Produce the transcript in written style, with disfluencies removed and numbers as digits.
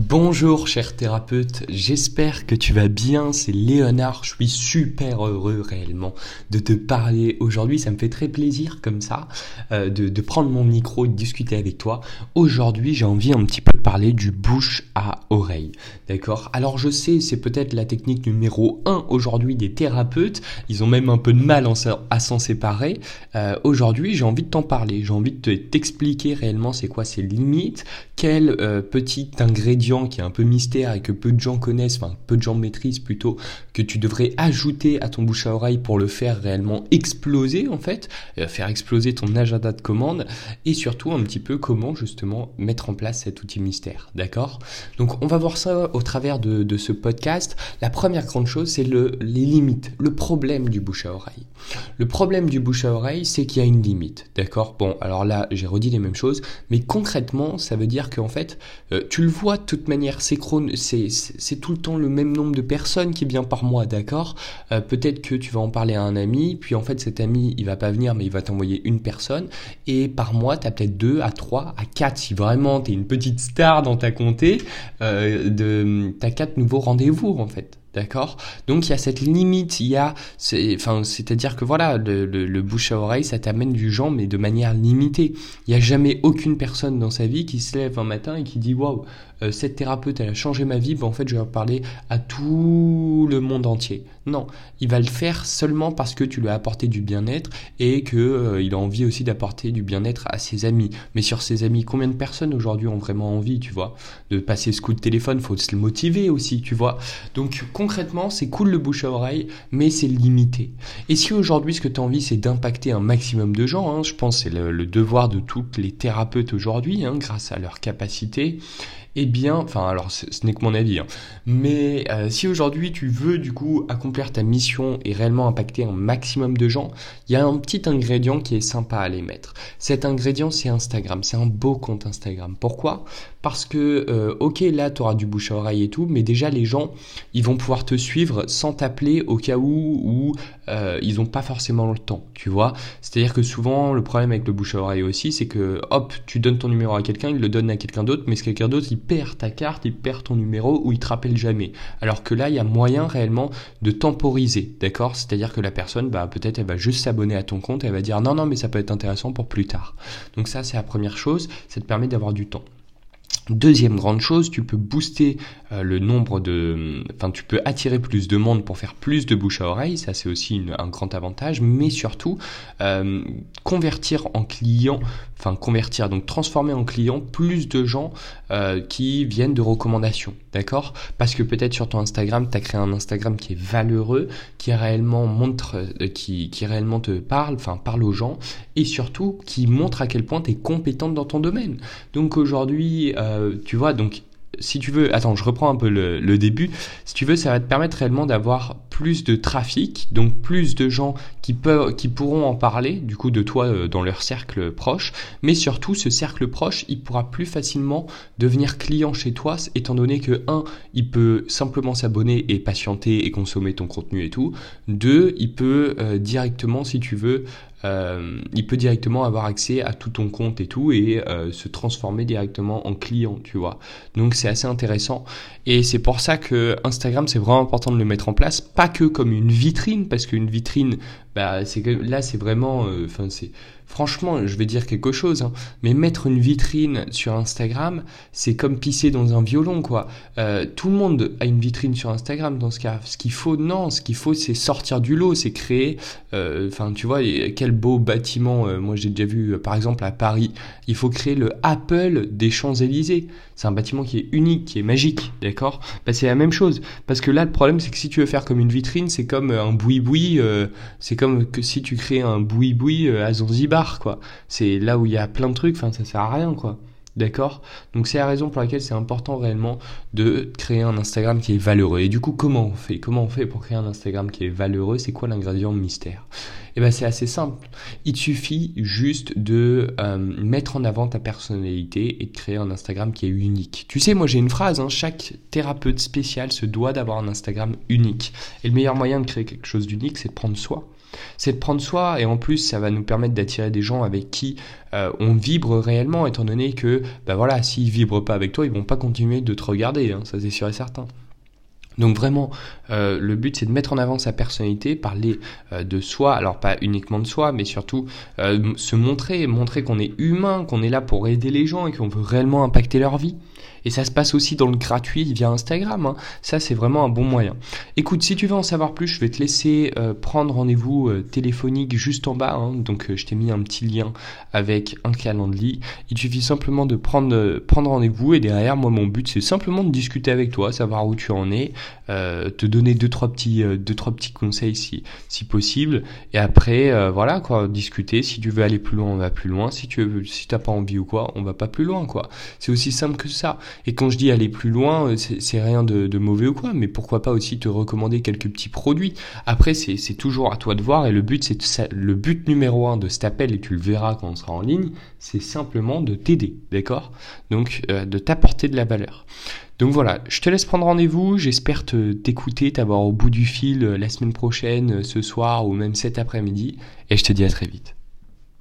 Bonjour cher thérapeute, j'espère que tu vas bien, c'est Léonard, je suis super heureux réellement de te parler aujourd'hui, ça me fait très plaisir comme ça de prendre mon micro et de discuter avec toi. Aujourd'hui j'ai envie un petit peu de parler du bouche à oreille, d'accord? Alors je sais, c'est peut-être la technique numéro 1 aujourd'hui des thérapeutes, ils ont même un peu de mal à s'en séparer. Aujourd'hui j'ai envie de t'en parler, j'ai envie de t'expliquer réellement c'est quoi ses limites, quel petit ingrédient qui est un peu mystère et que peu de gens connaissent, enfin peu de gens maîtrisent plutôt, que tu devrais ajouter à ton bouche à oreille pour le faire réellement exploser en fait, faire exploser ton agenda de commande et surtout un petit peu comment justement mettre en place cet outil mystère, d'accord? Donc on va voir ça au travers de ce podcast. La première grande chose c'est les limites, le problème du bouche à oreille. Le problème du bouche à oreille c'est qu'il y a une limite, d'accord? Bon alors là j'ai redit les mêmes choses, mais concrètement ça veut dire qu'en fait tu le vois de toute manière, c'est tout le temps le même nombre de personnes qui vient par mois, d'accord? Peut-être que tu vas en parler à un ami, puis en fait cet ami il va pas venir mais il va t'envoyer une personne, et par mois tu as peut-être 2 à 3 à 4, si vraiment tu es une petite star dans ta comté, t'as 4 nouveaux rendez-vous en fait. D'accord? Donc il y a cette limite, c'est-à-dire que voilà, le bouche à oreille, ça t'amène du gens, mais de manière limitée. Il n'y a jamais aucune personne dans sa vie qui se lève un matin et qui dit waouh, cette thérapeute elle a changé ma vie, en fait je vais en parler à tout le monde entier. Non, il va le faire seulement parce que tu lui as apporté du bien-être et que il a envie aussi d'apporter du bien-être à ses amis. Mais sur ses amis, combien de personnes aujourd'hui ont vraiment envie, tu vois, de passer ce coup de téléphone? Faut se motiver aussi, tu vois. Donc concrètement, c'est cool le bouche à oreille, mais c'est limité. Et si aujourd'hui ce que tu as envie c'est d'impacter un maximum de gens, je pense que c'est le devoir de toutes les thérapeutes aujourd'hui, grâce à leur capacité, eh bien, enfin alors ce n'est que mon avis, mais si aujourd'hui tu veux du coup accomplir ta mission et réellement impacter un maximum de gens, il y a un petit ingrédient qui est sympa à les mettre. Cet ingrédient c'est Instagram, c'est un beau compte Instagram. Pourquoi ? Parce que ok là tu auras du bouche à oreille et tout, mais déjà les gens ils vont pouvoir te suivre sans t'appeler au cas où ils n'ont pas forcément le temps, tu vois. C'est-à-dire que souvent le problème avec le bouche à oreille aussi c'est que hop tu donnes ton numéro à quelqu'un, il le donne à quelqu'un d'autre, mais ce quelqu'un d'autre il perd ta carte, il perd ton numéro ou il te rappelle jamais. Alors que là il y a moyen réellement de temporiser, d'accord? C'est-à-dire que la personne peut-être elle va juste s'abonner à ton compte et elle va dire non mais ça peut être intéressant pour plus tard. Donc ça c'est la première chose, ça te permet d'avoir du temps. Deuxième grande chose, tu peux booster tu peux attirer plus de monde pour faire plus de bouche à oreille, ça c'est aussi un grand avantage, mais surtout transformer en client plus de gens qui viennent de recommandations, d'accord? Parce que peut-être sur ton Instagram, tu as créé un Instagram qui est valeureux, qui réellement qui réellement te parle aux gens, et surtout qui montre à quel point tu es compétente dans ton domaine. Donc aujourd'hui, tu vois, donc si tu veux, attends, je reprends un peu le début. Si tu veux, ça va te permettre réellement d'avoir plus de trafic, donc plus de gens qui pourront en parler, du coup, de toi dans leur cercle proche. Mais surtout, ce cercle proche, il pourra plus facilement devenir client chez toi, étant donné que 1, il peut simplement s'abonner et patienter et consommer ton contenu et tout. 2, il peut directement, si tu veux, il peut directement avoir accès à tout ton compte et tout et se transformer directement en client, tu vois. Donc c'est assez intéressant et c'est pour ça que Instagram c'est vraiment important de le mettre en place, pas que comme une vitrine, parce qu'une vitrine c'est vraiment franchement, je vais dire quelque chose, mais mettre une vitrine sur Instagram, c'est comme pisser dans un violon, quoi. Tout le monde a une vitrine sur Instagram dans ce cas. Ce qu'il faut, c'est sortir du lot, c'est créer, tu vois, quel beau bâtiment. Moi, j'ai déjà vu, par exemple, à Paris, il faut créer le Apple des Champs-Élysées. C'est un bâtiment qui est unique, qui est magique, d'accord? C'est la même chose. Parce que là, le problème, c'est que si tu veux faire comme une vitrine, c'est comme un boui-boui, c'est comme que si tu crées un boui-boui à Zanzibar, quoi. C'est là où il y a plein de trucs, ça sert à rien, quoi. D'accord? Donc c'est la raison pour laquelle c'est important réellement de créer un Instagram qui est valeureux. Et du coup, comment on fait? Comment on fait pour créer un Instagram qui est valeureux? C'est quoi l'ingrédient mystère? C'est assez simple. Il suffit juste de mettre en avant ta personnalité et de créer un Instagram qui est unique. Tu sais, moi j'ai une phrase, chaque thérapeute spécial se doit d'avoir un Instagram unique. Et le meilleur moyen de créer quelque chose d'unique, c'est de prendre soin. C'est de prendre soin et en plus ça va nous permettre d'attirer des gens avec qui on vibre réellement, étant donné que bah voilà, s'ils vibrent pas avec toi, ils vont pas continuer de te regarder, hein, ça c'est sûr et certain. Donc vraiment, le but c'est de mettre en avant sa personnalité, parler de soi, alors pas uniquement de soi, mais surtout se montrer qu'on est humain, qu'on est là pour aider les gens et qu'on veut réellement impacter leur vie. Et ça se passe aussi dans le gratuit via Instagram, hein. Ça c'est vraiment un bon moyen. Écoute, si tu veux en savoir plus, je vais te laisser prendre rendez-vous téléphonique juste en bas, hein. Donc je t'ai mis un petit lien avec un calendrier. Il suffit simplement de prendre rendez-vous et derrière, moi mon but c'est simplement de discuter avec toi, savoir où tu en es, te donner deux trois petits conseils si possible, et après voilà quoi, discuter. Si tu veux aller plus loin, on va plus loin. Si t'as pas envie ou quoi, on va pas plus loin quoi. C'est aussi simple que ça. Et quand je dis aller plus loin, c'est rien de mauvais ou quoi, mais pourquoi pas aussi te recommander quelques petits produits. Après c'est toujours à toi de voir, et le but le but numéro 1 de cet appel, et tu le verras quand on sera en ligne, c'est simplement de t'aider, d'accord? Donc de t'apporter de la valeur. Donc voilà, je te laisse prendre rendez-vous, j'espère t'écouter, t'avoir au bout du fil la semaine prochaine, ce soir ou même cet après-midi, et je te dis à très vite.